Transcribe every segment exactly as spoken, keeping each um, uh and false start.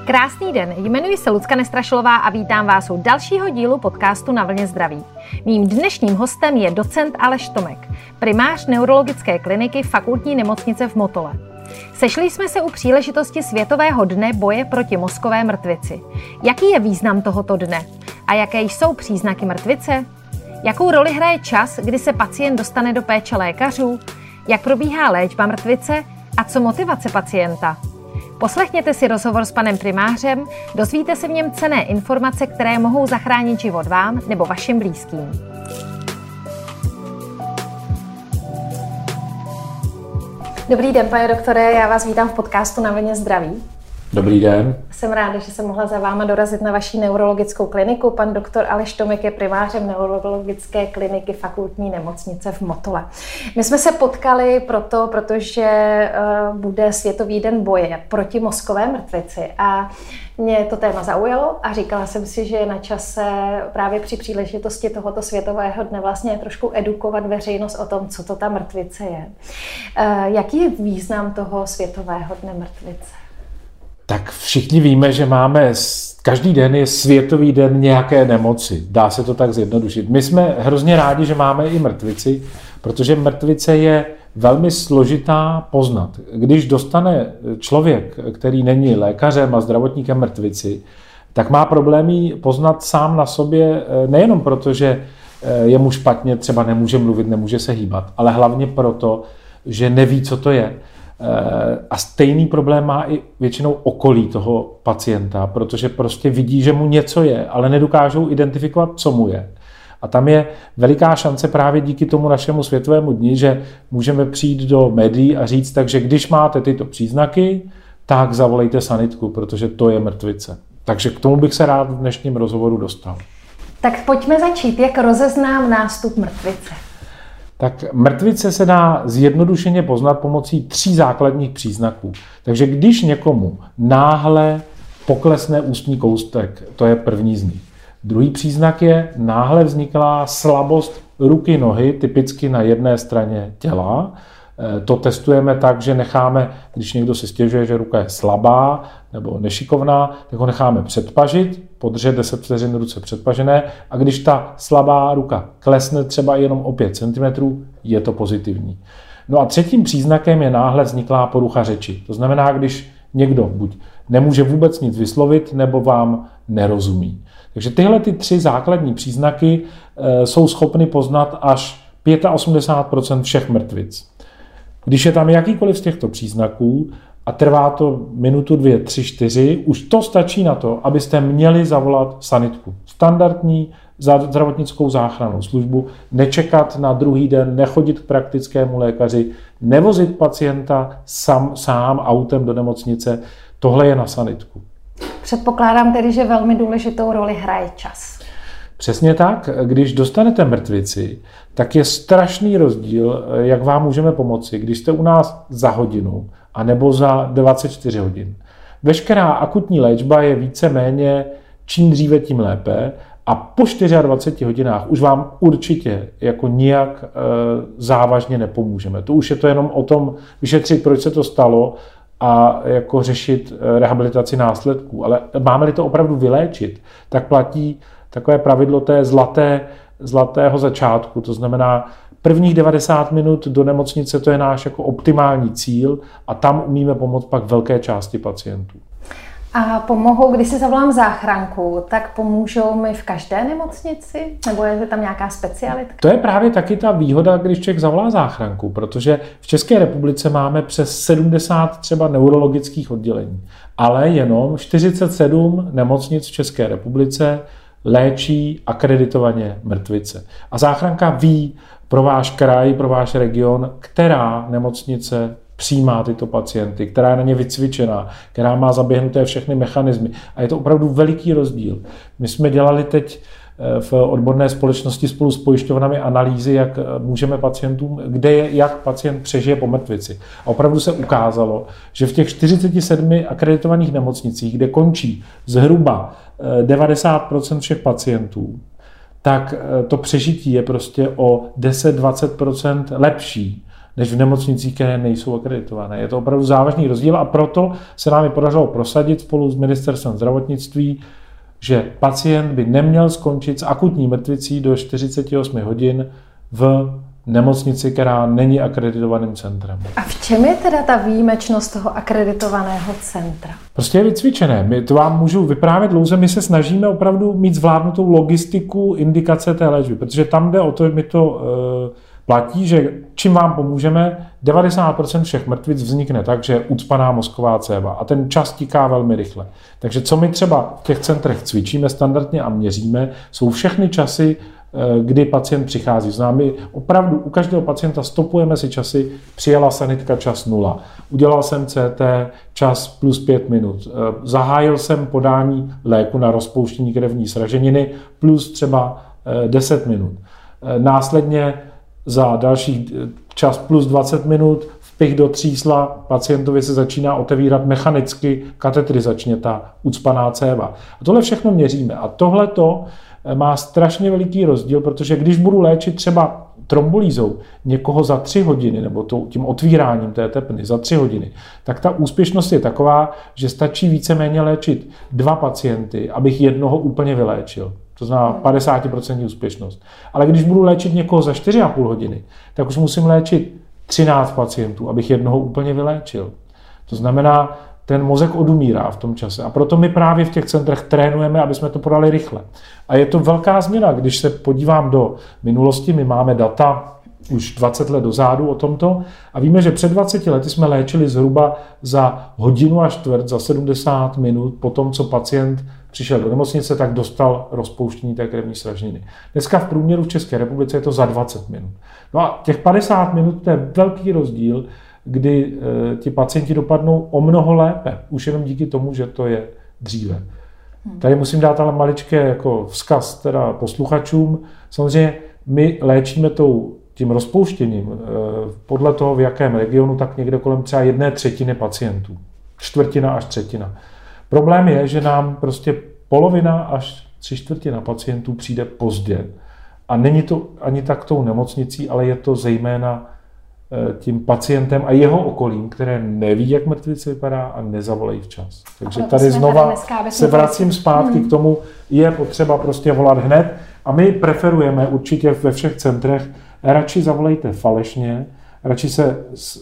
Krásný den, jmenuji se Lucka Nestrašilová a vítám vás u dalšího dílu podcastu Na vlně zdraví. Mým dnešním hostem je docent Aleš Tomek, primář neurologické kliniky Fakultní nemocnice v Motole. Sešli jsme se u příležitosti Světového dne boje proti mozkové mrtvici. Jaký je význam tohoto dne? A jaké jsou příznaky mrtvice? Jakou roli hraje čas, kdy se pacient dostane do péče lékařů? Jak probíhá léčba mrtvice? A co motivace pacienta? Poslechněte si rozhovor s panem primářem, dozvíte se v něm cenné informace, které mohou zachránit život vám nebo vašim blízkým. Dobrý den, pane doktore, já vás vítám v podcastu Na vlně zdraví. Dobrý den. Jsem ráda, že jsem mohla za váma dorazit na vaši neurologickou kliniku. Pan doktor Aleš Tomek je primářem neurologické kliniky Fakultní nemocnice v Motole. My jsme se potkali proto, protože uh, bude Světový den boje proti mozkové mrtvici a mě to téma zaujalo a říkala jsem si, že je na čase právě při příležitosti tohoto Světového dne vlastně trošku edukovat veřejnost o tom, co to ta mrtvice je. Uh, jaký je význam toho Světového dne mrtvice? Tak všichni víme, že máme, každý den je Světový den nějaké nemoci. Dá se to tak zjednodušit. My jsme hrozně rádi, že máme i mrtvici, protože mrtvice je velmi složitá poznat. Když dostane člověk, který není lékařem a zdravotníkem mrtvici, tak má problémy poznat sám na sobě, nejenom proto, že je mu špatně, třeba nemůže mluvit, nemůže se hýbat, ale hlavně proto, že neví, co to je. A stejný problém má i většinou okolí toho pacienta, protože prostě vidí, že mu něco je, ale nedokážou identifikovat, co mu je. A tam je veliká šance právě díky tomu našemu Světovému dni, že můžeme přijít do médií a říct, takže když máte tyto příznaky, tak zavolejte sanitku, protože to je mrtvice. Takže k tomu bych se rád v dnešním rozhovoru dostal. Tak pojďme začít. Jak rozeznám nástup mrtvice? Tak mrtvice se dá zjednodušeně poznat pomocí tří základních příznaků. Takže když někomu náhle poklesne ústní koustek, to je první z nich. Druhý příznak je náhle vzniklá slabost ruky, nohy, typicky na jedné straně těla. To testujeme tak, že necháme, když někdo si stěžuje, že ruka je slabá nebo nešikovná, tak ho necháme předpažit, podržet deset vteřin ruce předpažené a když ta slabá ruka klesne třeba jenom o pět centimetrů, je to pozitivní. No a třetím příznakem je náhle vzniklá porucha řeči. To znamená, když někdo buď nemůže vůbec nic vyslovit, nebo vám nerozumí. Takže tyhle ty tři základní příznaky e, jsou schopny poznat až osmdesát pět procent všech mrtvic. Když je tam jakýkoliv z těchto příznaků a trvá to minutu, dvě, tři, čtyři, už to stačí na to, abyste měli zavolat sanitku. Standardní zdravotnickou záchrannou službu, nečekat na druhý den, nechodit k praktickému lékaři, nevozit pacienta sám, sám autem do nemocnice. Tohle je na sanitku. Předpokládám tedy, že velmi důležitou roli hraje čas. Přesně tak, když dostanete mrtvici, tak je strašný rozdíl, jak vám můžeme pomoci, když jste u nás za hodinu anebo za dvacet čtyři hodin. Veškerá akutní léčba je víceméně čím dříve, tím lépe a po dvaceti čtyřech hodinách už vám určitě jako nijak e, závažně nepomůžeme. To už je to jenom o tom vyšetřit, proč se to stalo a jako řešit rehabilitaci následků. Ale máme-li to opravdu vyléčit, tak platí takové pravidlo té zlaté, zlatého začátku, to znamená prvních devadesát minut do nemocnice, to je náš jako optimální cíl a tam umíme pomoct pak velké části pacientů. A pomohou, když si zavolám záchranku, tak pomůžou mi v každé nemocnici? Nebo je tam nějaká specialitka? To je právě taky ta výhoda, když člověk zavolá záchranku, protože v České republice máme přes sedmdesát třeba neurologických oddělení, ale jenom čtyřicet sedm nemocnic v České republice léčí akreditovaně mrtvice. A záchranka ví pro váš kraj, pro váš region, která nemocnice přijímá tyto pacienty, která je na ně vycvičená, která má zaběhnuté všechny mechanismy. A je to opravdu veliký rozdíl. My jsme dělali teď v odborné společnosti spolu s pojišťovnami analýzy, jak můžeme pacientům, kde je, jak pacient přežije po mrtvici. A opravdu se ukázalo, že v těch čtyřiceti sedmi akreditovaných nemocnicích, kde končí zhruba devadesát procent všech pacientů, tak to přežití je prostě o deset až dvacet procent lepší, než v nemocnicích, které nejsou akreditované. Je to opravdu závažný rozdíl a proto se nám podařilo prosadit spolu s Ministerstvem zdravotnictví, že pacient by neměl skončit s akutní mrtvicí do čtyřicet osm hodin v nemocnici, která není akreditovaným centrem. A v čem je teda ta výjimečnost toho akreditovaného centra? Prostě je vycvičené. My to vám můžu vyprávět dlouze, my se snažíme opravdu mít zvládnutou logistiku indikace té léčby, protože tam jde o to, že mi to e, platí, že čím vám pomůžeme, devadesát procent všech mrtvic vznikne tak, že je ucpaná mozková céva a ten čas tiká velmi rychle. Takže co my třeba v těch centrech cvičíme standardně a měříme, jsou všechny časy, kdy pacient přichází. Známe, opravdu u každého pacienta stopujeme si časy, přijela sanitka čas nula. Udělal jsem C T čas plus pět minut. Zahájil jsem podání léku na rozpouštění krevní sraženiny plus třeba deset minut. Následně za dalších čas plus dvacet minut vpich do třísla, pacientovi se začíná otevírat mechanicky katetrizačně ta ucpaná céva. A tohle všechno měříme. A tohleto má strašně veliký rozdíl, protože když budu léčit třeba trombolýzou někoho za tři hodiny, nebo tím otvíráním té tepny za tři hodiny, tak ta úspěšnost je taková, že stačí víceméně léčit dva pacienty, abych jednoho úplně vyléčil. To znamená padesát procent úspěšnost. Ale když budu léčit někoho za čtyři a půl hodiny, tak už musím léčit třináct pacientů, abych jednoho úplně vyléčil. To znamená, ten mozek odumírá v tom čase. A proto my právě v těch centrech trénujeme, aby jsme to podali rychle. A je to velká změna, když se podívám do minulosti, my máme data už dvacet let dozadu o tomto a víme, že před dvaceti lety jsme léčili zhruba za hodinu a čtvrt, za sedmdesát minut po tom, co pacient přišel do nemocnice, tak dostal rozpouštění té krevní sraženiny. Dneska v průměru v České republice je to za dvacet minut. No a těch padesát minut to je velký rozdíl, kdy e, ti pacienti dopadnou o mnoho lépe, už jenom díky tomu, že to je dříve. Tady musím dát ale maličké jako vzkaz teda posluchačům. Samozřejmě my léčíme tou, tím rozpouštěním e, podle toho, v jakém regionu, tak někde kolem třeba jedné třetiny pacientů. Čtvrtina až třetina. Problém je, že nám prostě polovina až tři čtvrtina pacientů přijde pozdě. A není to ani tak tou nemocnicí, ale je to zejména tím pacientem a jeho okolím, které neví, jak mrtvice vypadá a nezavolají včas. Takže tady znova se vracím zpátky k tomu, je potřeba prostě volat hned a my preferujeme určitě ve všech centrech, radši zavolejte falešně, radši se,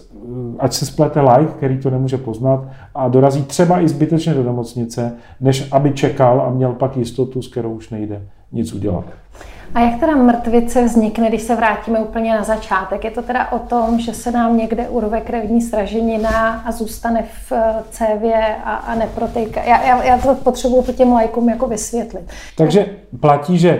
ať se splete like, který to nemůže poznat a dorazí třeba i zbytečně do nemocnice, než aby čekal a měl pak jistotu, s kterou už nejde nic udělat. A jak teda mrtvice vznikne, když se vrátíme úplně na začátek? Je to teda o tom, že se nám někde urve krevní sraženina a zůstane v cévě a, a neprotéká? Já, já, já to potřebuji po těm lajkům jako vysvětlit. Takže platí, že e,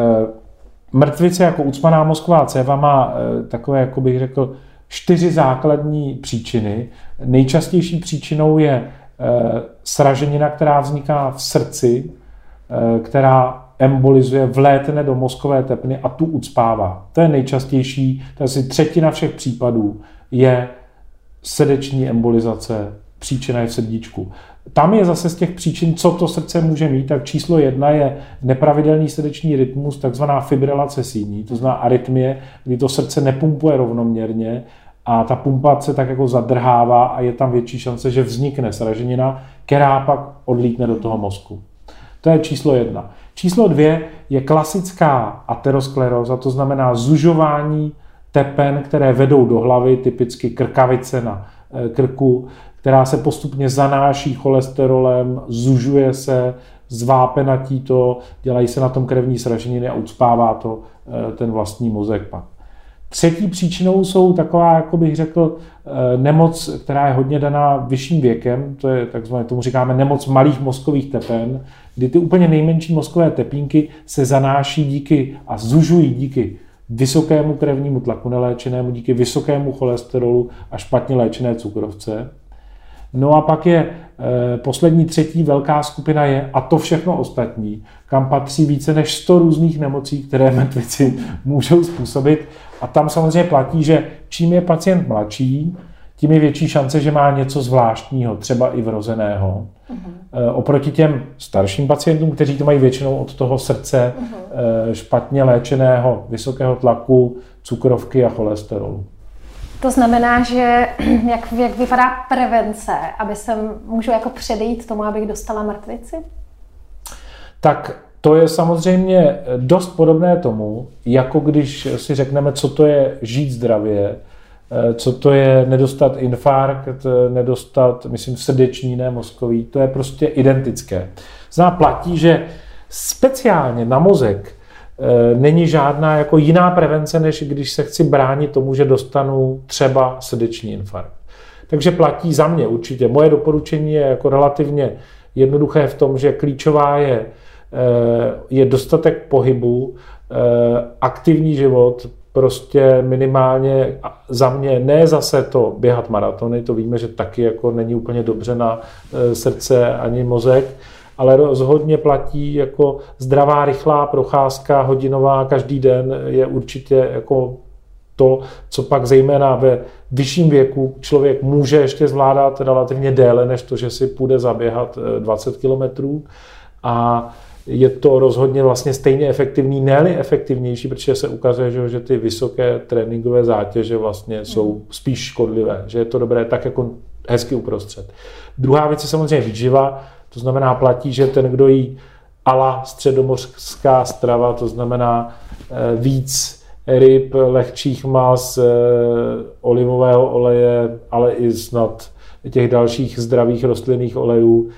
mrtvice jako ucpaná mozková céva má e, takové, jako bych řekl, čtyři základní příčiny. Nejčastější příčinou je e, sraženina, která vzniká v srdci, e, která embolizuje, vlétne do mozkové tepny a tu ucpává. To je nejčastější, to je asi třetina všech případů, je srdeční embolizace, příčina je v srdíčku. Tam je zase z těch příčin, co to srdce může mít, tak číslo jedna je nepravidelný srdeční rytmus, takzvaná fibrilace síní, to znamená arytmie, kdy to srdce nepumpuje rovnoměrně a ta pumpace tak jako zadrhává a je tam větší šance, že vznikne sraženina, která pak odlítne do toho mozku. To je číslo jedna. Číslo dvě je klasická ateroskleróza, to znamená zužování tepen, které vedou do hlavy, typicky krkavice na krku, která se postupně zanáší cholesterolem, zužuje se, zvápenatí to, dělají se na tom krevní sraženiny a ucpává to ten vlastní mozek pak. Třetí příčinou jsou taková, jako bych řekl, nemoc, která je hodně daná vyšším věkem, to je takzvané, tomu říkáme nemoc malých mozkových tepen, kdy ty úplně nejmenší mozkové tepínky se zanáší díky a zužují díky vysokému krevnímu tlaku neléčenému, díky vysokému cholesterolu a špatně léčené cukrovce. No a pak je e, poslední třetí velká skupina je, a to všechno ostatní, kam patří více než sto různých nemocí, které mrtvici můžou způsobit. A tam samozřejmě platí, že čím je pacient mladší, tím je větší šance, že má něco zvláštního, třeba i vrozeného. Uh-huh. E, oproti těm starším pacientům, kteří to mají většinou od toho srdce, uh-huh. e, špatně léčeného, vysokého tlaku, cukrovky a cholesterolu. To znamená, že jak, jak vypadá prevence, aby se můžu jako předejít tomu, abych dostala mrtvici? Tak to je samozřejmě dost podobné tomu, jako když si řekneme, co to je žít zdravě, co to je nedostat infarkt, nedostat, myslím, srdeční, ne mozkový, to je prostě identické. Zná platí, že speciálně na mozek není žádná jako jiná prevence, než když se chci bránit tomu, že dostanu třeba srdeční infarkt. Takže platí za mě určitě. Moje doporučení je jako relativně jednoduché v tom, že klíčová je, je dostatek pohybu, aktivní život, prostě minimálně za mě, ne zase to běhat maratony, to víme, že taky jako není úplně dobře na srdce ani mozek, ale rozhodně platí jako zdravá, rychlá procházka hodinová každý den je určitě jako to, co pak zejména ve vyšším věku člověk může ještě zvládat relativně déle, než to, že si půjde zaběhat dvacet kilometrů. A je to rozhodně vlastně stejně efektivní, ne-li efektivnější, protože se ukazuje, že, že ty vysoké tréninkové zátěže vlastně jsou spíš škodlivé, že je to dobré tak jako hezky uprostřed. Druhá věc je samozřejmě výživa, to znamená platí, že ten, kdo jí ala středomořská strava, to znamená víc ryb, lehčích mas, olivového oleje, ale i snad těch dalších zdravých rostlinných olejů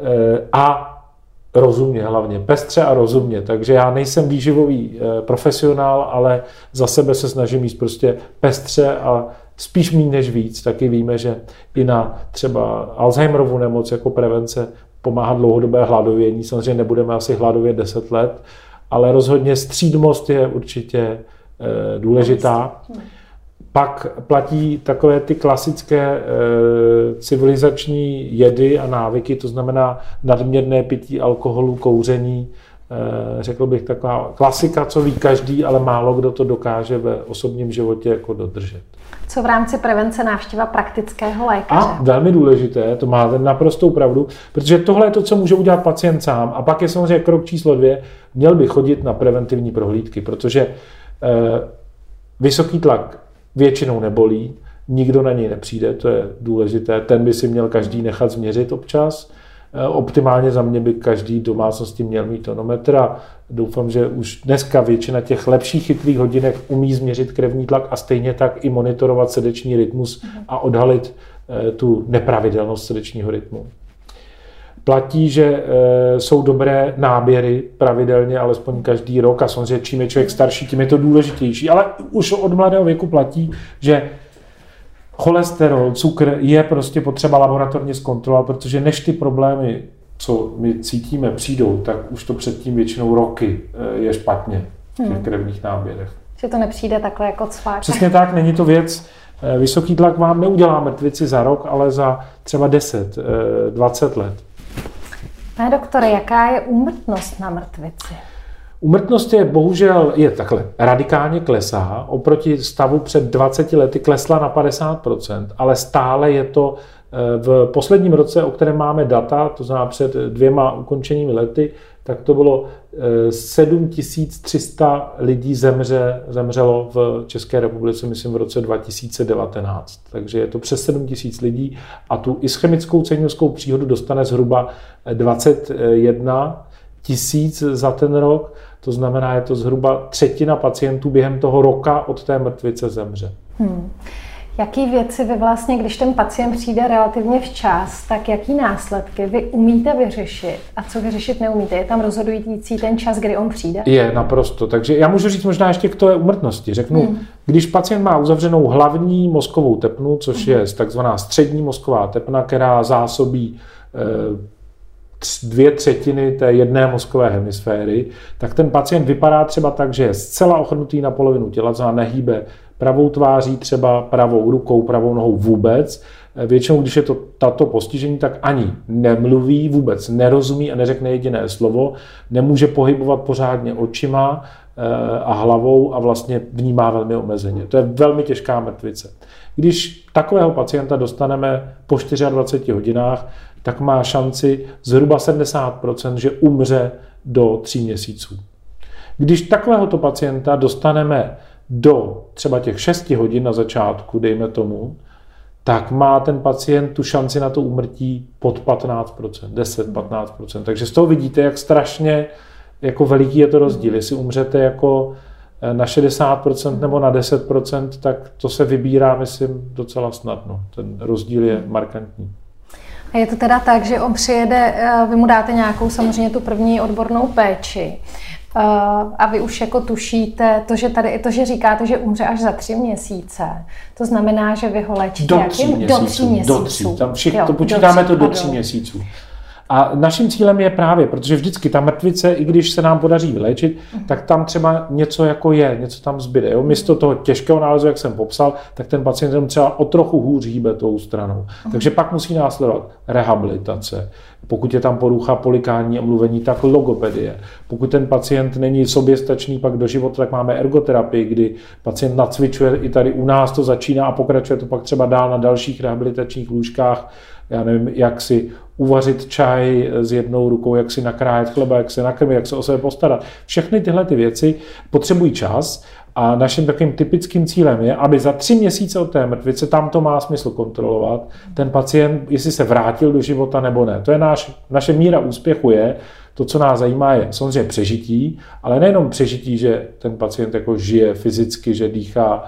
a rozumně hlavně, pestře a rozumně. Takže já nejsem výživový profesionál, ale za sebe se snažím jíst prostě pestře a spíš méně než víc. Taky víme, že i na třeba Alzheimerovu nemoc jako prevence pomáhá dlouhodobé hladovění. Samozřejmě nebudeme asi hladovět deset let, ale rozhodně střídmost je určitě důležitá. Pak platí takové ty klasické e, civilizační jedy a návyky, to znamená nadměrné pití alkoholu, kouření, e, řekl bych taková klasika, co ví každý, ale málo kdo to dokáže ve osobním životě jako dodržet. Co v rámci prevence návštěva praktického lékaře? A velmi důležité, to máte naprostou pravdu, protože tohle je to, co může udělat pacient sám. A pak je samozřejmě krok číslo dvě, měl by chodit na preventivní prohlídky, protože e, vysoký tlak většinou nebolí, nikdo na něj nepřijde, to je důležité. Ten by si měl každý nechat změřit občas. Optimálně za mě by každý domácnosti měl mít tonometr a doufám, že už dneska většina těch lepších chytrých hodinek umí změřit krevní tlak a stejně tak i monitorovat srdeční rytmus a odhalit tu nepravidelnost srdečního rytmu. Platí, že jsou dobré náběry pravidelně, alespoň každý rok a samozřejmě čím je člověk starší, tím je to důležitější. Ale už od mladého věku platí, že cholesterol, cukr je prostě potřeba laboratorně zkontrolovat, protože než ty problémy, co my cítíme, přijdou, tak už to předtím většinou roky je špatně v těch hmm. krevních náběrech. Že to nepřijde takhle jako cvák. Přesně tak, není to věc. Vysoký tlak vám neudělá mrtvici za rok, ale za třeba deset, dvacet let. Pane doktore, jaká je úmrtnost na mrtvici? Úmrtnost je bohužel je takhle, radikálně klesá. Oproti stavu před dvaceti lety klesla na padesát procent, ale stále je to v posledním roce, o kterém máme data, to znamená před dvěma ukončenými lety, tak to bylo sedm tisíc tři sta lidí zemře, zemřelo v České republice, myslím v roce dva tisíce devatenáct. Takže je to přes sedm tisíc lidí a tu ischemickou cévní příhodu dostane zhruba dvacet jedna tisíc za ten rok. To znamená, je to zhruba třetina pacientů během toho roka od té mrtvice zemře. Hmm. Jaký věci vy vlastně, když ten pacient přijde relativně včas, tak jaký následky vy umíte vyřešit a co vyřešit neumíte? Je tam rozhodující ten čas, kdy on přijde? Je, naprosto. Takže já můžu říct možná ještě k té úmrtnosti. Řeknu, hmm. když pacient má uzavřenou hlavní mozkovou tepnu, což hmm. je takzvaná střední mozková tepna, která zásobí dvě třetiny té jedné mozkové hemisféry, tak ten pacient vypadá třeba tak, že je zcela ochrnutý na polovinu těla, to znamená nehýbe pravou tváří, třeba pravou rukou, pravou nohou vůbec. Většinou, když je to tato postižení, tak ani nemluví, vůbec nerozumí a neřekne jediné slovo, nemůže pohybovat pořádně očima a hlavou a vlastně vnímá velmi omezeně. To je velmi těžká mrtvice. Když takového pacienta dostaneme po dvaceti čtyřech hodinách, tak má šanci zhruba sedmdesát procent, že umře do tří měsíců. Když takovéhoto pacienta dostaneme do třeba těch šesti hodin na začátku, dejme tomu, tak má ten pacient tu šanci na to úmrtí pod patnáct procent, deset až patnáct procent. Takže z toho vidíte, jak strašně jako veliký je to rozdíl. Jestli umřete jako na šedesát procent nebo na deset procent, tak to se vybírá, myslím, docela snadno. Ten rozdíl je markantní. A je to teda tak, že on přijede, vy mu dáte nějakou samozřejmě tu první odbornou péči a vy už jako tušíte, to, že tady, to, že říkáte, že umře až za tři měsíce, to znamená, že vy ho léčíte do tří jakým? měsíců. Do tří měsíců. Do tří. Tam všich, jo, to počítáme do tří, to do tří měsíců. A naším cílem je právě, protože vždycky ta mrtvice, i když se nám podaří vyléčit, uh-huh. tak tam třeba něco jako je, něco tam zbyde. Jo? Místo toho těžkého nálezu, jak jsem popsal, tak ten pacient jenom třeba o trochu hůř hýbe tou stranou. Uh-huh. Takže pak musí následovat rehabilitace. Pokud je tam porucha polikání a mluvení, tak logopedie. Pokud ten pacient není soběstačný pak do života, tak máme ergoterapii, kdy pacient nacvičuje, i tady u nás to začíná a pokračuje to pak třeba dál na dalších rehabilitačních lůžkách. Já nevím, jak si uvařit čaj s jednou rukou, jak si nakrájet chleba, jak se nakrmit, jak se o sebe postarat. Všechny tyhle ty věci potřebují čas a naším takovým typickým cílem je, aby za tři měsíce od té mrtvice, tam to má smysl kontrolovat, ten pacient, jestli se vrátil do života nebo ne. To je náš, naše míra úspěchu je, to, co nás zajímá, je samozřejmě přežití, ale nejenom přežití, že ten pacient jako žije fyzicky, že dýchá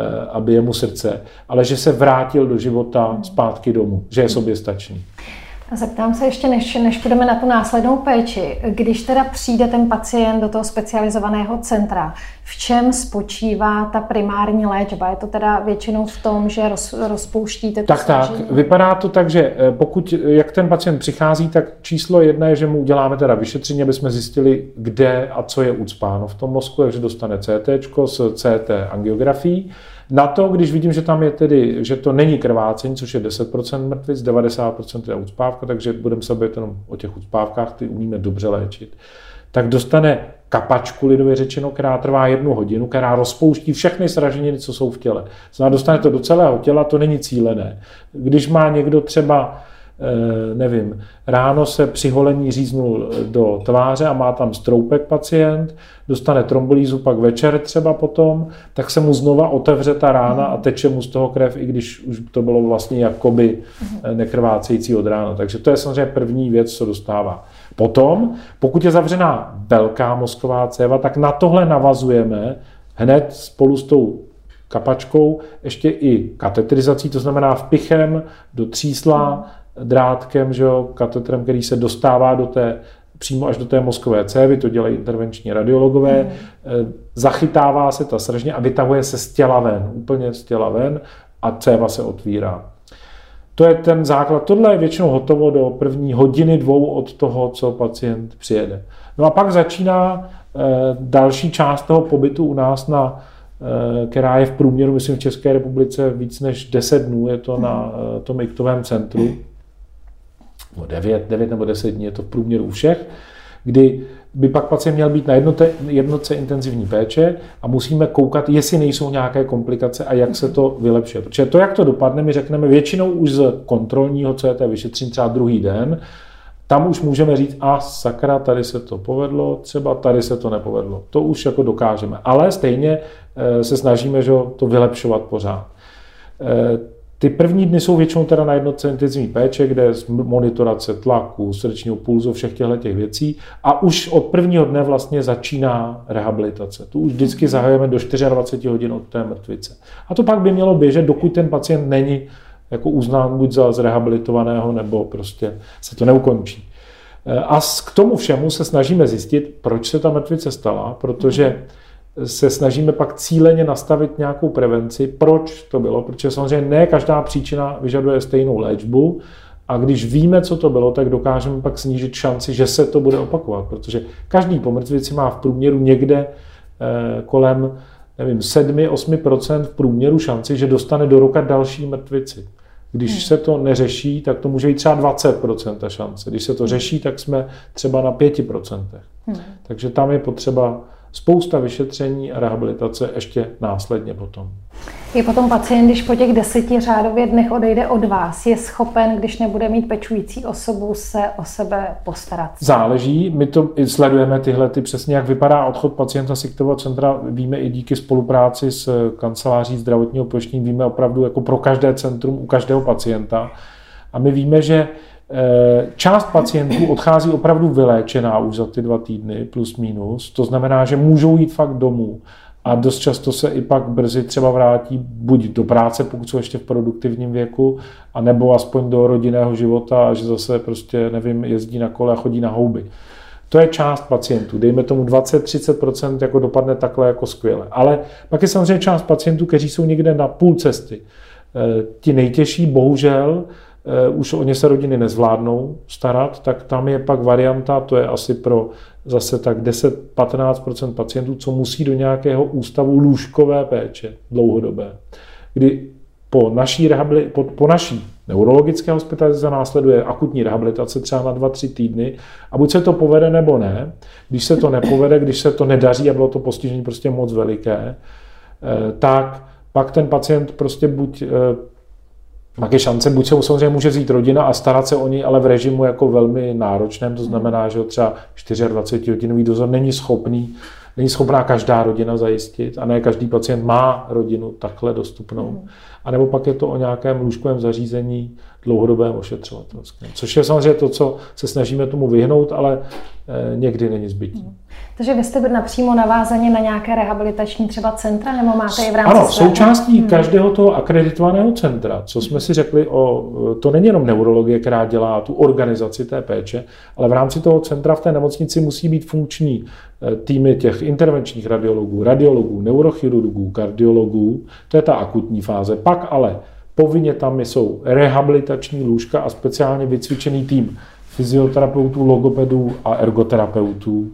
a bije mu srdce, ale že se vrátil do života zpátky domů, že je soběstačný. A zeptám se ještě, než, než půjdeme na tu následnou péči. Když teda přijde ten pacient do toho specializovaného centra, v čem spočívá ta primární léčba? Je to teda většinou v tom, že roz, rozpouštíte to Tak, snažení? tak. Vypadá to tak, že pokud, jak ten pacient přichází, tak číslo jedna je, že mu uděláme teda vyšetření, aby jsme zjistili, kde a co je ucpáno v tom mozku, takže dostane C T s C T angiografií. Na to, když vidím, že tam je tedy, že to není krvácení, což je deset procent mrtvic, devadesát procent je ucpávka, takže budeme se bavit jenom o těch ucpávkách, ty umíme dobře léčit, tak dostane kapačku, lidově řečeno, která trvá jednu hodinu, která rozpouští všechny sraženiny, co jsou v těle. Znamená, dostane to do celého těla, to není cílené. Když má někdo třeba, nevím, ráno se při holení říznul do tváře a má tam stroupek pacient, dostane trombolýzu pak večer třeba potom, tak se mu znova otevře ta rána a teče mu z toho krev, i když už to bylo vlastně jakoby nekrvácející od rána. Takže to je samozřejmě první věc, co dostává. Potom, pokud je zavřená velká mozková céva, tak na tohle navazujeme hned spolu s tou kapačkou ještě i katetrizací, to znamená vpichem do třísla, drátkem, že jo, katetrem, který se dostává do té, přímo až do té mozkové cévy, to dělají intervenční radiologové, mm. zachytává se ta sržně a vytahuje se z těla ven, úplně z těla ven a céva se otvírá. To je ten základ. Tohle je většinou hotovo do první hodiny, dvou od toho, co pacient přijede. No a pak začíná eh, další část toho pobytu u nás, na, eh, která je v průměru, myslím, v České republice víc než deset dnů, je to na eh, tom iktovém centru. devět, devět nebo deset dní je to v průměru u všech, kdy by pak pacient měl být na jednotce, jednotce intenzivní péče a musíme koukat, jestli nejsou nějaké komplikace a jak se to vylepšuje. Protože to, jak to dopadne, my řekneme většinou už z kontrolního C T vyšetření třeba druhý den, tam už můžeme říct, a sakra, tady se to povedlo, třeba tady se to nepovedlo. To už jako dokážeme. Ale stejně se snažíme, že to vylepšovat pořád. Ty první dny jsou většinou teda na jednotce intenzivní péče, kde je monitorace tlaku, srdečního pulzu, všech těchto těch věcí a už od prvního dne vlastně začíná rehabilitace. Tu už vždycky zahajujeme do dvacet čtyři hodin od té mrtvice. A to pak by mělo běžet, dokud ten pacient není jako uznán buď za zrehabilitovaného, nebo prostě se to neukončí. A k tomu všemu se snažíme zjistit, proč se ta mrtvice stala, protože se snažíme pak cíleně nastavit nějakou prevenci. Proč to bylo? Protože samozřejmě ne každá příčina vyžaduje stejnou léčbu a když víme, co to bylo, tak dokážeme pak snížit šanci, že se to bude opakovat, protože každý po mrtvici má v průměru někde kolem nevím, sedm až osm procent v průměru šanci, že dostane do roka další mrtvici. Když hmm. se to neřeší, tak to může být třeba dvacet procent ta šance. Když se to řeší, tak jsme třeba na pět procent. Hmm. Takže tam je potřeba spousta vyšetření a rehabilitace ještě následně potom. Je potom pacient, když po těch deseti řádově dnech odejde od vás, je schopen, když nebude mít pečující osobu, se o sebe postarat? Záleží, my to sledujeme tyhle, ty přesně jak vypadá odchod pacienta z Sichtového centra, víme i díky spolupráci s kanceláří zdravotního pojištění, víme opravdu jako pro každé centrum u každého pacienta. A my víme, že část pacientů odchází opravdu vyléčená už za ty dva týdny, plus minus. To znamená, že můžou jít fakt domů a dost často se i pak brzy třeba vrátí buď do práce, pokud jsou ještě v produktivním věku, anebo aspoň do rodinného života, že zase prostě, nevím, jezdí na kole a chodí na houby. To je část pacientů. Dejme tomu dvacet až třicet procent jako dopadne takhle jako skvěle. Ale pak je samozřejmě část pacientů, kteří jsou někde na půl cesty. Ti nejtěžší, bohužel, už o ně se rodiny nezvládnou starat, tak tam je pak varianta, to je asi pro zase tak deset až patnáct procent pacientů, co musí do nějakého ústavu lůžkové péče dlouhodobé, kdy po naší, rehabilit- po, po naší neurologické hospitalizaci následuje akutní rehabilitace třeba na dva tři týdny a buď se to povede nebo ne. Když se to nepovede, když se to nedaří a bylo to postižení prostě moc veliké, tak pak ten pacient prostě buď pak je šance, buď se samozřejmě může vzít rodina a starat se o ní, ale v režimu jako velmi náročném, to znamená, že třeba dvacetčtyřhodinový dozor není schopný, není schopná každá rodina zajistit a ne každý pacient má rodinu takhle dostupnou. A nebo pak je to o nějakém lůžkovém zařízení dlouhodobém ošetřovatelském. Což je samozřejmě to, co se snažíme tomu vyhnout, ale někdy není zbytí. Takže vy jste napřímo navázaní na nějaké rehabilitační třeba centra, nebo máte i v rámci Ano, svého? součástí hmm. každého toho akreditovaného centra, co jsme si řekli o, to není jenom neurologie, která dělá tu organizaci té péče, ale v rámci toho centra v té nemocnici musí být funkční týmy těch intervenčních radiologů, radiologů, neurochirurgů, kardiologů, to je ta akutní fáze. Pak ale povinně tam jsou rehabilitační lůžka a speciálně vycvičený tým fyzioterapeutů, logopedů a ergoterapeutů.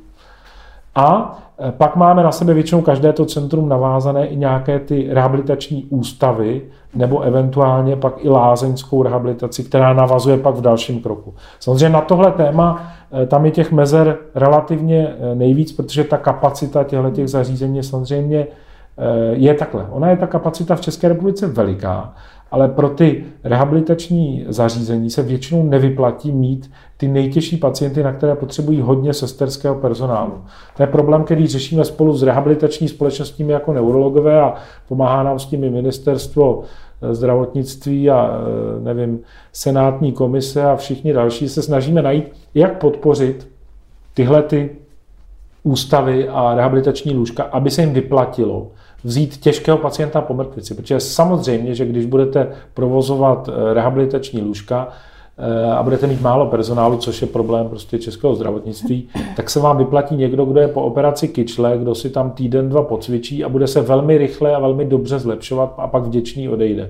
A pak máme na sebe většinou každé to centrum navázané i nějaké ty rehabilitační ústavy nebo eventuálně pak i lázeňskou rehabilitaci, která navazuje pak v dalším kroku. Samozřejmě na tohle téma tam je těch mezer relativně nejvíc, protože ta kapacita těchto zařízení samozřejmě je takhle. Ona je ta kapacita v České republice veliká, ale pro ty rehabilitační zařízení se většinou nevyplatí mít ty nejtěžší pacienty, na které potřebují hodně sesterského personálu. To je problém, který řešíme spolu s rehabilitační společností jako neurologové a pomáhá nám s tím i ministerstvo zdravotnictví a nevím, senátní komise a všichni další. Se snažíme najít, jak podpořit tyhle ty ústavy a rehabilitační lůžka, aby se jim vyplatilo vzít těžkého pacienta po mrtvici. Protože samozřejmě, že když budete provozovat rehabilitační lůžka a budete mít málo personálu, což je problém prostě českého zdravotnictví, tak se vám vyplatí někdo, kdo je po operaci kyčle, kdo si tam týden, dva pocvičí a bude se velmi rychle a velmi dobře zlepšovat a pak vděčný odejde.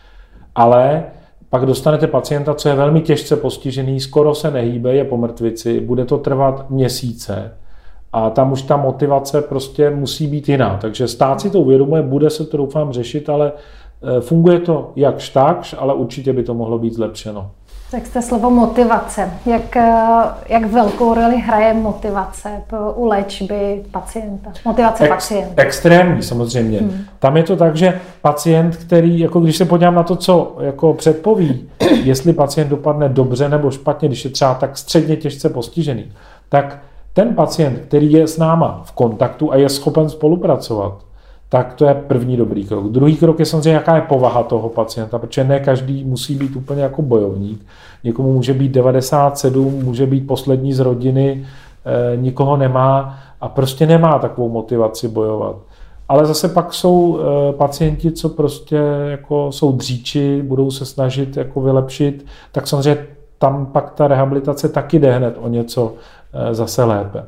Ale pak dostanete pacienta, co je velmi těžce postižený, skoro se nehýbe, je po mrtvici, bude to trvat měsíce. A tam už ta motivace prostě musí být jiná. Takže stát si to uvědomuje, bude se to doufám řešit, ale funguje to jakž takž, ale určitě by to mohlo být zlepšeno. Tak jste slovo motivace. Jak, jak velkou roli hraje motivace u léčby pacienta? Motivace Ex, pacienta. Extrémní samozřejmě. Hmm. Tam je to tak, že pacient, který, jako když se podívám na to, co jako předpoví, jestli pacient dopadne dobře nebo špatně, když je třeba tak středně těžce postižený, tak ten pacient, který je s náma v kontaktu a je schopen spolupracovat, tak to je první dobrý krok. Druhý krok je samozřejmě, jaká je povaha toho pacienta, protože ne každý musí být úplně jako bojovník. Někomu může být devadesát sedm, může být poslední z rodiny, eh, nikoho nemá a prostě nemá takovou motivaci bojovat. Ale zase pak jsou eh, pacienti, co prostě jako jsou dříči, budou se snažit jako vylepšit, tak samozřejmě tam pak ta rehabilitace taky jde hned o něco eh, zase lépe.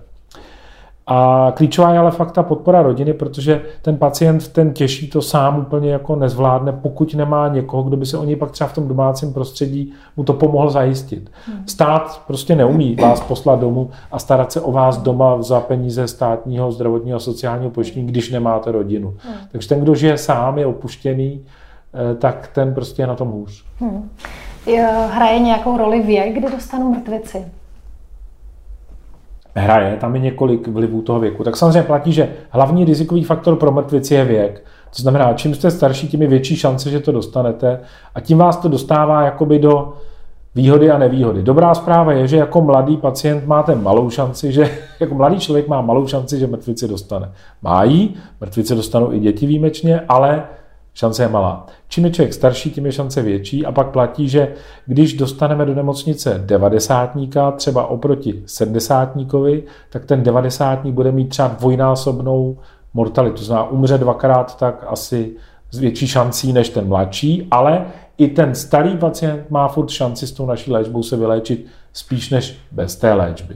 A klíčová je ale fakt ta podpora rodiny, protože ten pacient ten těžší to sám úplně jako nezvládne, pokud nemá někoho, kdo by se o něj pak třeba v tom domácím prostředí mu to pomohl zajistit. Stát prostě neumí vás poslat domů a starat se o vás doma za peníze státního zdravotního a sociálního pojištění, když nemáte rodinu. Takže ten, kdo žije sám, je opuštěný, tak ten prostě je na tom hůř. Hmm. Hraje nějakou roli věk, kdy dostanu mrtvici? hraje, tam je několik vlivů toho věku, tak samozřejmě platí, že hlavní rizikový faktor pro mrtvici je věk. To znamená, čím jste starší, tím je větší šance, že to dostanete a tím vás to dostává jakoby do výhody a nevýhody. Dobrá zpráva je, že jako mladý pacient máte malou šanci, že jako mladý člověk má malou šanci, že mrtvici dostane. Má jí, mrtvici dostanou i děti výjimečně, ale šance je malá. Čím je člověk starší, tím je šance větší a pak platí, že když dostaneme do nemocnice devadesátníka, třeba oproti sedmdesátníkovi, tak ten devadesátník bude mít třeba dvojnásobnou mortalitu. To znamená, umře dvakrát tak asi s větší šancí než ten mladší, ale i ten starý pacient má furt šanci s tou naší léčbou se vyléčit spíš než bez té léčby.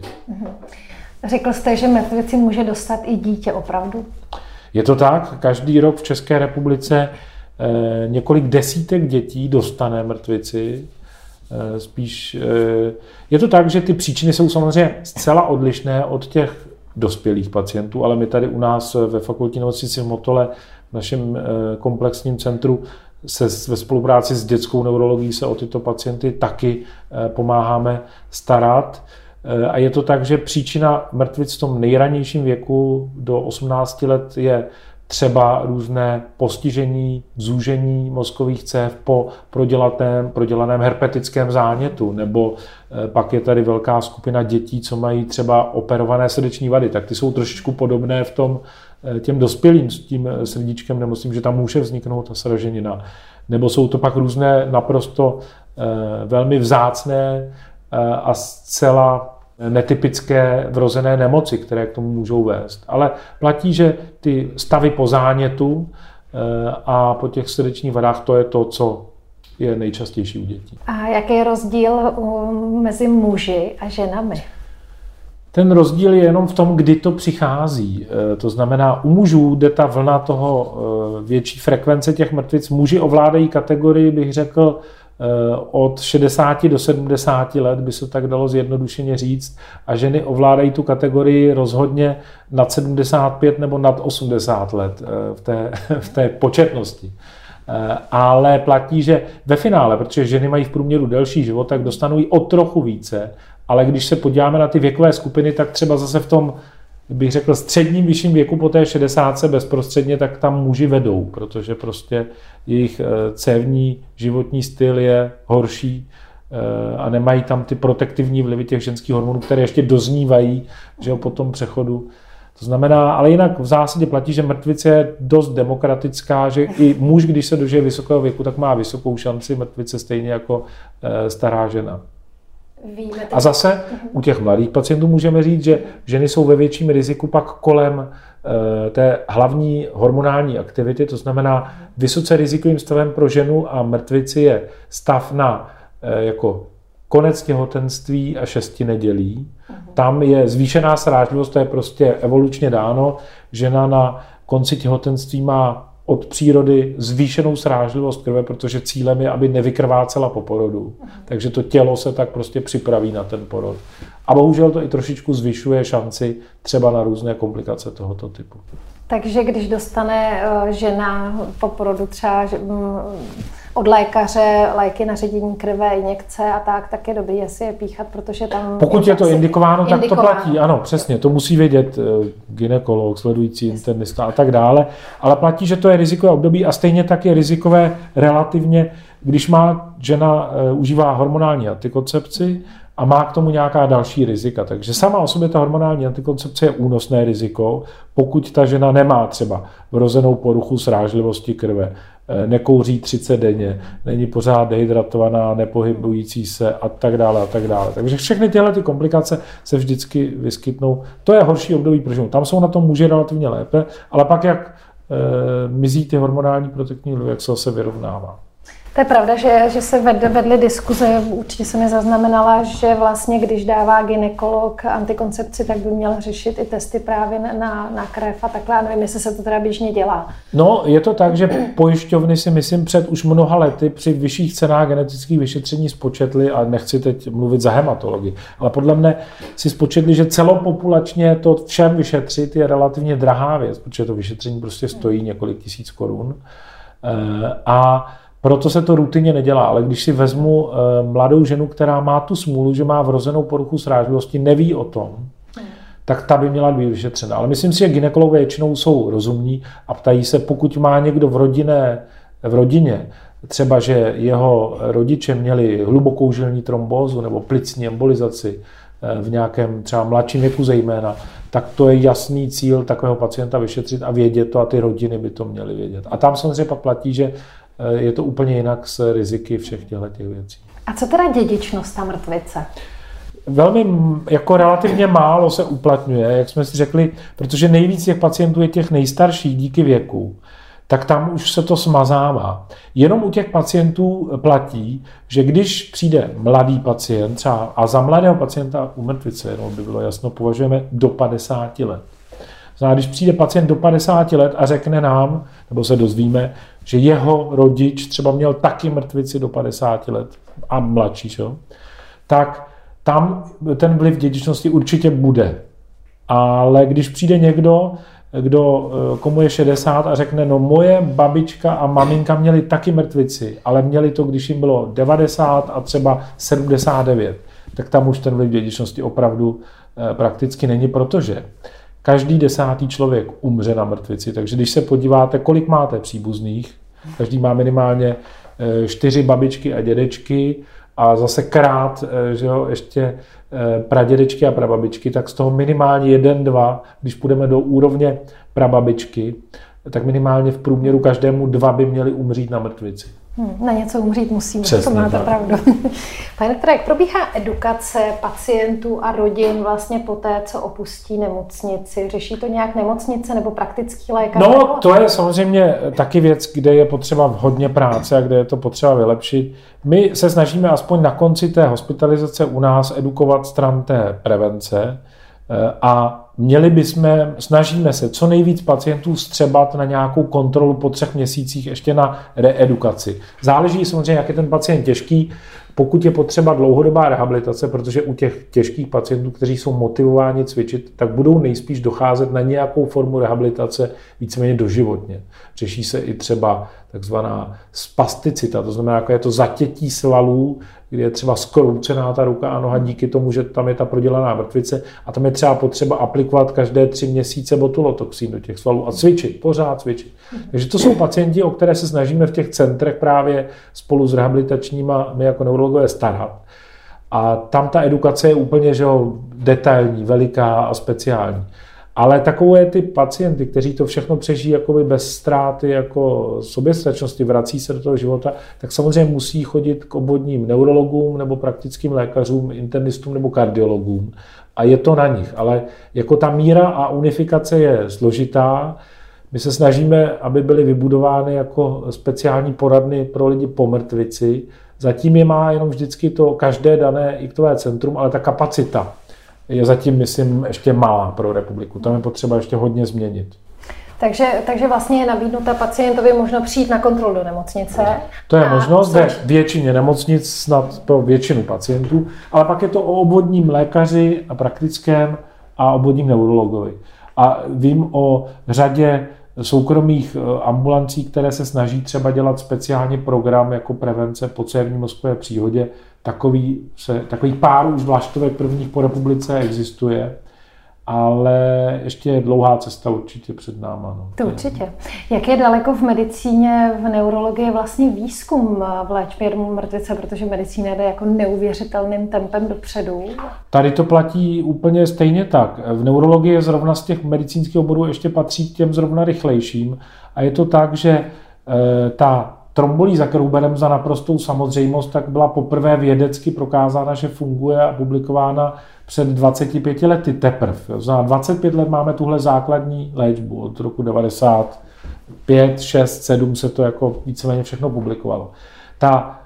Řekl jste, že mrtvici může dostat i dítě opravdu? Je to tak, každý rok v České republice eh, několik desítek dětí dostane mrtvici. Eh, spíš eh, je to tak, že ty příčiny jsou samozřejmě zcela odlišné od těch dospělých pacientů, ale my tady u nás ve fakultní nemocnici v Motole, v našem eh, komplexním centru, se ve spolupráci s dětskou neurologií se o tyto pacienty taky eh, pomáháme starat. A je to tak, že příčina mrtvic v tom nejranějším věku do osmnácti let je třeba různé postižení, zúžení mozkových cév po prodělaném, prodělaném herpetickém zánětu, nebo pak je tady velká skupina dětí, co mají třeba operované srdeční vady, tak ty jsou trošičku podobné v tom těm dospělým s tím srdíčkem, nemyslím, že tam může vzniknout ta sraženina. Nebo jsou to pak různé naprosto velmi vzácné a zcela netypické vrozené nemoci, které k tomu můžou vést. Ale platí, že ty stavy po zánětu a po těch srdečních vadách, to je to, co je nejčastější u dětí. A jaký je rozdíl mezi muži a ženami? Ten rozdíl je jenom v tom, kdy to přichází. To znamená, u mužů jde ta vlna toho větší frekvence těch mrtvic. Muži ovládají kategorii, bych řekl, od šedesáti do sedmdesáti let, by se tak dalo zjednodušeně říct, a ženy ovládají tu kategorii rozhodně nad sedmdesát pět nebo nad osmdesát let v té, v té početnosti. Ale platí, že ve finále, protože ženy mají v průměru delší život, tak dostanou i o trochu více, ale když se podíváme na ty věkové skupiny, tak třeba zase v tom, bych řekl, středním vyšším věku po té šedesátce bezprostředně, tak tam muži vedou, protože prostě jejich cévní životní styl je horší a nemají tam ty protektivní vlivy těch ženských hormonů, které ještě doznívají, že po tom přechodu. To znamená, ale jinak v zásadě platí, že mrtvice je dost demokratická, že i muž, když se dožije vysokého věku, tak má vysokou šanci mrtvice stejně jako stará žena. A zase u těch mladých pacientů můžeme říct, že ženy jsou ve větším riziku pak kolem té hlavní hormonální aktivity, to znamená vysoce rizikovým stavem pro ženu a mrtvici je stav na jako konec těhotenství a šesti nedělí. Tam je zvýšená srážlivost, to je prostě evolučně dáno. Žena na konci těhotenství má od přírody zvýšenou srážlivost krve, protože cílem je, aby nevykrvácela po porodu. Takže to tělo se tak prostě připraví na ten porod. A bohužel to i trošičku zvyšuje šanci třeba na různé komplikace tohoto typu. Takže když dostane žena po porodu třeba od lékaře léky na ředění krve, injekce a tak, tak je dobrý, jestli je píchat, protože tam... Pokud je to indikováno, tak to platí, ano, přesně, to musí vědět gynekolog, sledující internista a tak dále, ale platí, že to je rizikové období a stejně tak je rizikové relativně, když má žena, užívá hormonální antikoncepci a má k tomu nějaká další rizika. Takže sama o sobě ta hormonální antikoncepce je únosné riziko, pokud ta žena nemá třeba vrozenou poruchu srážlivosti krve, nekouří třicet denně, není pořád dehydratovaná, nepohybující se a tak dále a tak dále. Takže všechny tyhle ty komplikace se vždycky vyskytnou. To je horší období pro ženu. Tam jsou na tom muži relativně lépe, ale pak jak e, mizí ty hormonální protektní vlivy, jak se zase vyrovnává. To je pravda, že, že se ved, vedly diskuze, určitě jsem je zaznamenala, že vlastně když dává gynekolog antikoncepci, tak by měl řešit i testy právě na, na krev a takhle. Nevím, jestli se to teda běžně dělá. No, je to tak, že pojišťovny si myslím před už mnoha lety při vyšších cenách genetických vyšetření spočetly, a nechci teď mluvit za hematologii, ale podle mne si spočetli, že celopopulačně to všem vyšetřit je relativně drahá věc, protože to vyšetření prostě stojí několik tisíc korun. A proto se to rutině nedělá, ale když si vezmu e, mladou ženu, která má tu smůlu, že má vrozenou poruchu srážlivosti, neví o tom, tak ta by měla být vyšetřena. Ale myslím si, že gynekologové většinou jsou rozumní a ptají se, pokud má někdo v, rodinné, v rodině, třeba, že jeho rodiče měli hlubokou žilní trombózu nebo plicní embolizaci v nějakém třeba mladším věku zejména, tak to je jasný cíl takového pacienta vyšetřit a vědět to a ty rodiny by to měly vědět. A tam samozřejmě pak platí, že je to úplně jinak s riziky všech těchto těch věcí. A co teda dědičnost ta mrtvice? Velmi jako relativně málo se uplatňuje, jak jsme si řekli, protože nejvíc těch pacientů je těch nejstarších díky věku, tak tam už se to smazává. Jenom u těch pacientů platí, že když přijde mladý pacient, třeba, a za mladého pacienta u mrtvice, jenom by bylo jasno, považujeme do padesáti let. Znamená, když přijde pacient do padesáti let a řekne nám, nebo se dozvíme, že jeho rodič třeba měl taky mrtvici do padesáti let a mladší, šo? Tak tam ten vliv dědičnosti určitě bude. Ale když přijde někdo, kdo, komu je šedesát a řekne, no moje babička a maminka měli taky mrtvici, ale měli to, když jim bylo devadesát a třeba sedmdesát devět, tak tam už ten vliv dědičnosti opravdu prakticky není, protože každý desátý člověk umře na mrtvici, takže když se podíváte, kolik máte příbuzných, každý má minimálně čtyři babičky a dědečky a zase krát, že jo, ještě pradědečky a prababičky, tak z toho minimálně jeden, dva, když půjdeme do úrovně prababičky, tak minimálně v průměru každému dva by měli umřít na mrtvici. Hmm, na něco umřít musíme, Přesně, to máte tak. pravdu. Pane doktore, jak probíhá edukace pacientů a rodin vlastně po té, co opustí nemocnici? Řeší to nějak nemocnice nebo praktický lékař? No, nebo... to je samozřejmě taky věc, kde je potřeba hodně práce a kde je to potřeba vylepšit. My se snažíme aspoň na konci té hospitalizace u nás edukovat stran té prevence a měli bychom, snažíme se co nejvíc pacientů střebat na nějakou kontrolu po třech měsících ještě na reedukaci. Záleží samozřejmě, jak je ten pacient těžký, pokud je potřeba dlouhodobá rehabilitace, protože u těch těžkých pacientů, kteří jsou motivováni cvičit, tak budou nejspíš docházet na nějakou formu rehabilitace víceméně doživotně. Řeší se i třeba takzvaná spasticita, to znamená, jako je to zatětí svalů, kdy je třeba skroucená ta ruka a noha díky tomu, že tam je ta prodělaná mrtvice a tam je třeba potřeba aplikovat každé tři měsíce botulotoxin do těch svalů a cvičit, pořád cvičit. Takže to jsou pacienti, o které se snažíme v těch centrech právě spolu s rehabilitačníma my jako neurologové starat. A tam ta edukace je úplně že jo, detailní, veliká a speciální. Ale takové ty pacienty, kteří to všechno přežijí jakoby bez ztráty jako soběstačnosti, vrací se do toho života, tak samozřejmě musí chodit k obvodním neurologům nebo praktickým lékařům, internistům nebo kardiologům. A je to na nich. Ale jako ta míra a unifikace je složitá. My se snažíme, aby byly vybudovány jako speciální poradny pro lidi po mrtvici. Zatím je má jenom vždycky to každé dané iktové centrum, ale ta kapacita je zatím, myslím, ještě malá pro republiku. Tam je potřeba ještě hodně změnit. Takže, takže vlastně je nabídnuta pacientovi možno přijít na kontrolu do nemocnice. To je možnost ve většině nemocnic, snad pro většinu pacientů, ale pak je to o obvodním lékaři a praktickém a obvodním neurologovi. A vím o řadě soukromých ambulancí, které se snaží třeba dělat speciální program jako prevence po cévní mozkové příhodě. Takový, se, takový pár už vlaštovek prvních po republice existuje, ale ještě je dlouhá cesta určitě před náma. No. To určitě. Jak je daleko v medicíně, v neurologii vlastně výzkum v léčbě mrtvice, protože medicína jde jako neuvěřitelným tempem dopředu? Tady to platí úplně stejně tak. V neurologii zrovna z těch medicínských oborů ještě patří k těm zrovna rychlejším a je to tak, že e, ta trombolýza, kterou bereme za naprostou samozřejmost, tak byla poprvé vědecky prokázána, že funguje a publikována před dvaceti pěti lety teprve. Za dvacet pět let máme tuhle základní léčbu. Od roku devadesát pět, šest, sedm se to jako víceméně všechno publikovalo. Ta,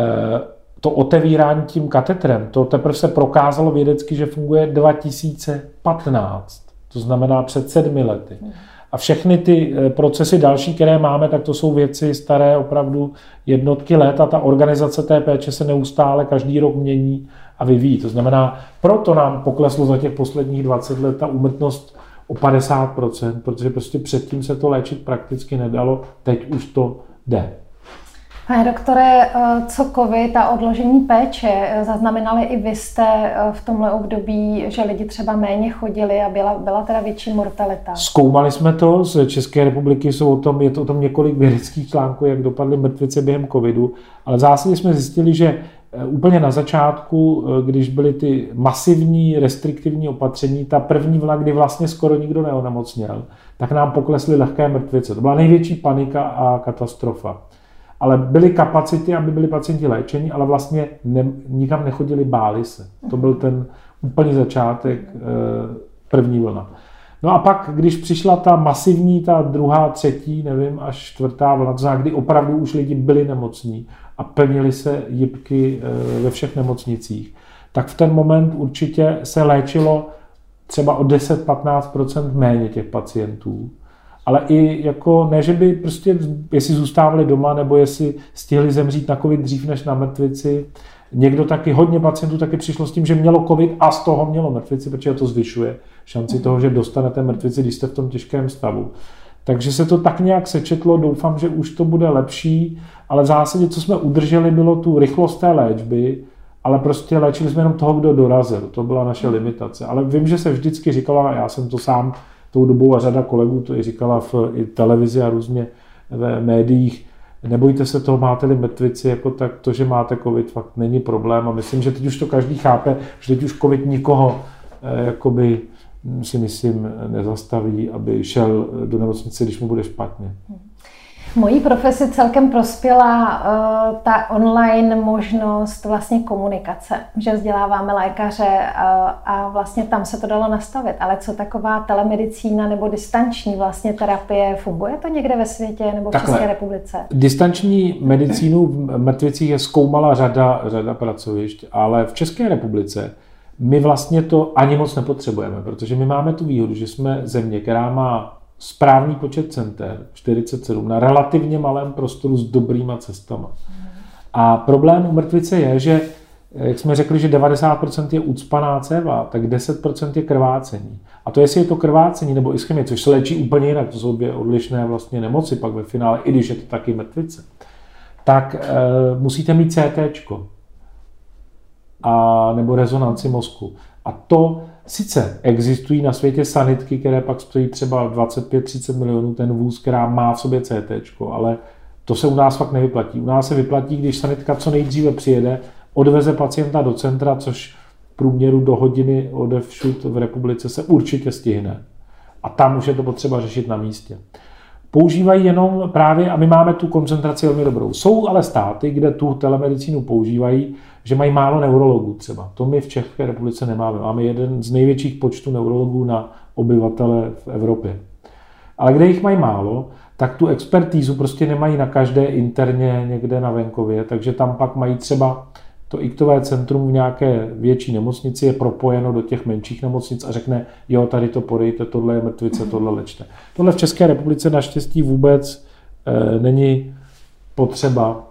to otevírání tím katetrem, to teprve se prokázalo vědecky, že funguje dva tisíce patnáct. To znamená před sedmi lety. A všechny ty procesy další, které máme, tak to jsou věci staré opravdu jednotky let a ta organizace té péče se neustále každý rok mění a vyvíjí. To znamená, proto nám pokleslo za těch posledních dvacet let ta úmrtnost o padesát procent, protože prostě předtím se to léčit prakticky nedalo, teď už to jde. Pane doktore, co covid a odložení péče, zaznamenali i vy jste v tomhle období, že lidi třeba méně chodili a byla, byla teda větší mortalita? Zkoumali jsme to, z České republiky jsou o tom, je to o tom několik vědeckých článků, jak dopadly mrtvice během covidu, ale v zásadě jsme zjistili, že úplně na začátku, když byly ty masivní restriktivní opatření, ta první vlna, kdy vlastně skoro nikdo neonemocněl, tak nám poklesly lehké mrtvice. To byla největší panika a katastrofa. Ale byly kapacity, aby byli pacienti léčeni, ale vlastně ne, nikam nechodili, báli se. To byl ten úplný začátek e, první vlna. No a pak, když přišla ta masivní, ta druhá, třetí, nevím, až čtvrtá vlna, to znamená, kdy opravdu už lidi byli nemocní a plnili se jipky e, ve všech nemocnicích, tak v ten moment určitě se léčilo třeba o deset až patnáct procent méně těch pacientů. Ale i jako, ne, že by prostě, jestli zůstávali doma, nebo jestli stihli zemřít na covid dřív než na mrtvici. Někdo taky, hodně pacientů taky přišlo s tím, že mělo covid a z toho mělo mrtvici, protože to zvyšuje šanci toho, že dostanete mrtvici, když jste v tom těžkém stavu. Takže se to tak nějak sečetlo, doufám, že už to bude lepší, ale v zásadě, co jsme udrželi, bylo tu rychlost té léčby, ale prostě léčili jsme jenom toho, kdo dorazil. To byla naše limitace. Ale vím, že se vždycky říkalo, a já jsem to sám tou dobou a řada kolegů to i říkala v i televizi a různě ve médiích, nebojte se toho, máte-li mrtvici, jako tak to, že máte covid, fakt není problém. A myslím, že teď už to každý chápe, že teď už covid nikoho eh, jakoby, si myslím, nezastaví, aby šel do nemocnice, když mu bude špatně. Mojí profesi celkem prospěla uh, ta online možnost vlastně komunikace, že vzděláváme lékaře uh, a vlastně tam se to dalo nastavit. Ale co taková telemedicína nebo distanční vlastně terapie, funguje to někde ve světě nebo v Takhle, České republice? Distanční medicínu v mrtvicích je zkoumala řada, řada pracovišť, ale v České republice my vlastně to ani moc nepotřebujeme, protože my máme tu výhodu, že jsme země, která má správný počet center, čtyřicet sedm, na relativně malém prostoru s dobrýma cestama. A problém u mrtvice je, že, jak jsme řekli, že devadesát procent je ucpaná céva, tak deset procent je krvácení. A to, jestli je to krvácení nebo ischemie, což se léčí úplně jinak, to jsou dvě odlišné vlastně nemoci pak ve finále, i když je to taky mrtvice, tak e, musíte mít cé téčko a nebo rezonanci mozku. A to sice existují na světě sanitky, které pak stojí třeba dvacet pět třicet milionů, ten vůz, která má v sobě cé téčko, ale to se u nás fakt nevyplatí. U nás se vyplatí, když sanitka co nejdříve přijede, odveze pacienta do centra, což v průměru do hodiny odevšud v republice se určitě stihne. A tam už je to potřeba řešit na místě. Používají jenom právě, a my máme tu koncentraci velmi dobrou. Jsou ale státy, kde tu telemedicínu používají, že mají málo neurologů třeba. To my v České republice nemáme. Máme jeden z největších počtů neurologů na obyvatele v Evropě. Ale kde jich mají málo, tak tu expertízu prostě nemají na každé interně někde na venkově, takže tam pak mají třeba to iktové centrum v nějaké větší nemocnici, je propojeno do těch menších nemocnic a řekne, jo, tady to podejte, tohle je mrtvice, tohle lečte. Tohle v České republice naštěstí vůbec e, není potřeba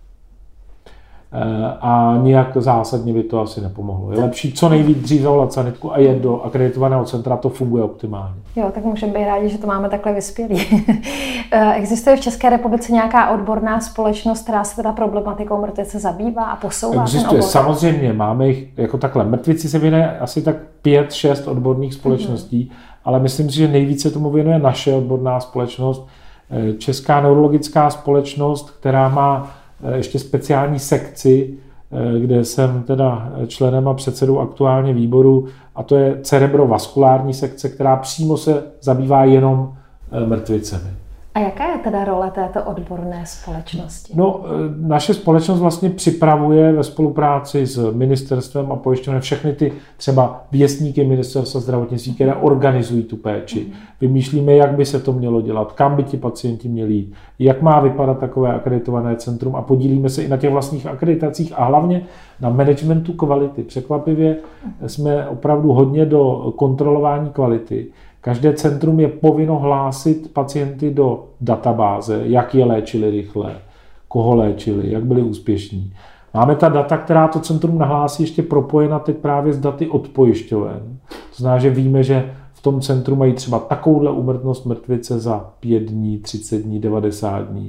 e, a nijak zásadně by to asi nepomohlo. Je lepší co nejvíc dřív zavolat sanitku a jet do akreditovaného centra, to funguje optimálně. Jo, tak můžeme být rádi, že to máme takhle vyspělý. Existuje v České republice nějaká odborná společnost, která se teda problematikou mrtvice zabývá a posouvá Existuje, ten obor? Samozřejmě, máme jich jako takhle. Mrtvici se věnuje asi tak pět, šest odborných společností, mm-hmm. ale myslím si, že nejvíce tomu věnuje naše odborná společnost. Česká neurologická společnost, která má ještě speciální sekci, kde jsem teda členem a předsedou aktuálně výboru, a to je cerebrovaskulární sekce, která přímo se zabývá jenom mrtvicemi. A jaká je teda role této odborné společnosti? No, naše společnost vlastně připravuje ve spolupráci s ministerstvem a pojišťovnami všechny ty třeba věstníky ministerstva zdravotnictví, které organizují tu péči. Mm. Vymýšlíme, jak by se to mělo dělat, kam by ti pacienti měli jít, jak má vypadat takové akreditované centrum a podílíme se i na těch vlastních akreditacích a hlavně na managementu kvality. Překvapivě jsme opravdu hodně do kontrolování kvality. Každé centrum je povinno hlásit pacienty do databáze, jak je léčili rychle, koho léčili, jak byli úspěšní. Máme ta data, která to centrum nahlásí, ještě propojena teď právě s daty od pojišťoven. To znamená, že víme, že v tom centru mají třeba takovouhle úmrtnost mrtvice za pět dní, třicet dní, devadesát dní.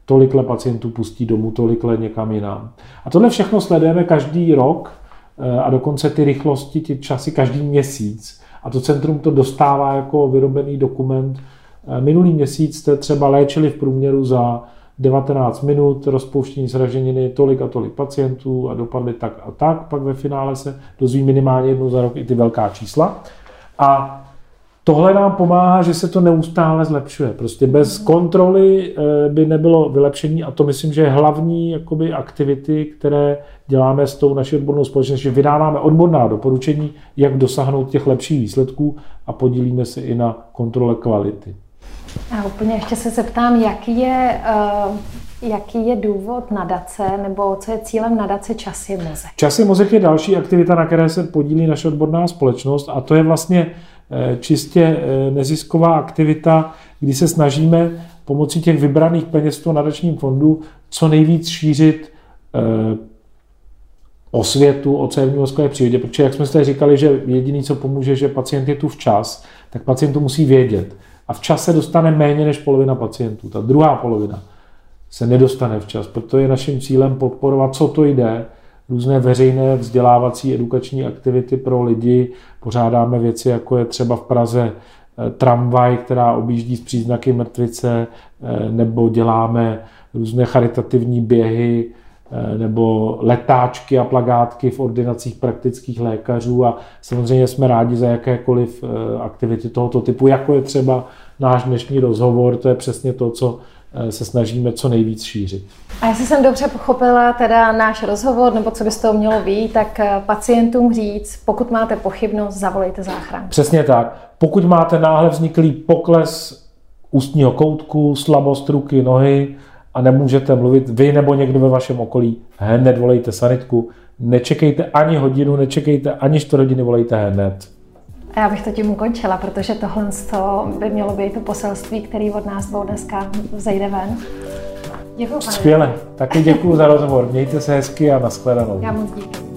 tolikle pacientů pustí domů, tolikle někam jinam. A tohle všechno sledujeme každý rok a dokonce ty rychlosti, ty časy každý měsíc. A to centrum to dostává jako vyrobený dokument. Minulý měsíc jste třeba léčili v průměru za devatenáct minut, rozpouštění sraženiny tolik a tolik pacientů a dopadly tak a tak. Pak ve finále se dozví minimálně jednou za rok i ty velká čísla. A tohle nám pomáhá, že se to neustále zlepšuje. Prostě bez kontroly by nebylo vylepšení a to myslím, že je hlavní jakoby, aktivity, které děláme s tou naší odbornou společností, že vydáváme odborná doporučení, jak dosáhnout těch lepších výsledků a podílíme se i na kontrole kvality. A úplně ještě se zeptám, jaký je, uh, jaký je důvod nadace, nebo co je cílem nadace Čas je mozek? Čas je mozek je další aktivita, na které se podílí naše odborná společnost a to je vlastně čistě nezisková aktivita, kdy se snažíme pomocí těch vybraných peněz v tom nadačním fondu co nejvíc šířit osvětu o cévní mozkové příhodě, protože jak jsme si tady říkali, že jediný, co pomůže, že pacient je tu včas, tak pacient to musí vědět. A včas se dostane méně než polovina pacientů. Ta druhá polovina se nedostane včas, proto je naším cílem podporovat, co to jde, různé veřejné vzdělávací edukační aktivity pro lidi. Pořádáme věci, jako je třeba v Praze tramvaj, která objíždí z příznaky mrtvice, nebo děláme různé charitativní běhy, nebo letáčky a plakátky v ordinacích praktických lékařů a samozřejmě jsme rádi za jakékoliv aktivity tohoto typu, jako je třeba náš dnešní rozhovor, to je přesně to, co se snažíme co nejvíc šířit. A jestli jsem dobře pochopila teda náš rozhovor, nebo co by z toho mělo být, tak pacientům říct, pokud máte pochybnost, zavolejte záchranku. Přesně tak. Pokud máte náhle vzniklý pokles ústního koutku, slabost ruky, nohy a nemůžete mluvit vy nebo někdo ve vašem okolí, hned volejte sanitku. Nečekejte ani hodinu, nečekejte ani čtvrt hodiny, volejte hned. A já bych to tím ukončila, protože tohle by mělo být to poselství, který od nás dvou dneska vzejde ven. Děkuju, pane. Skvěle. Taky děkuju za rozhovor. Mějte se hezky a nashledanou. Já moc díky.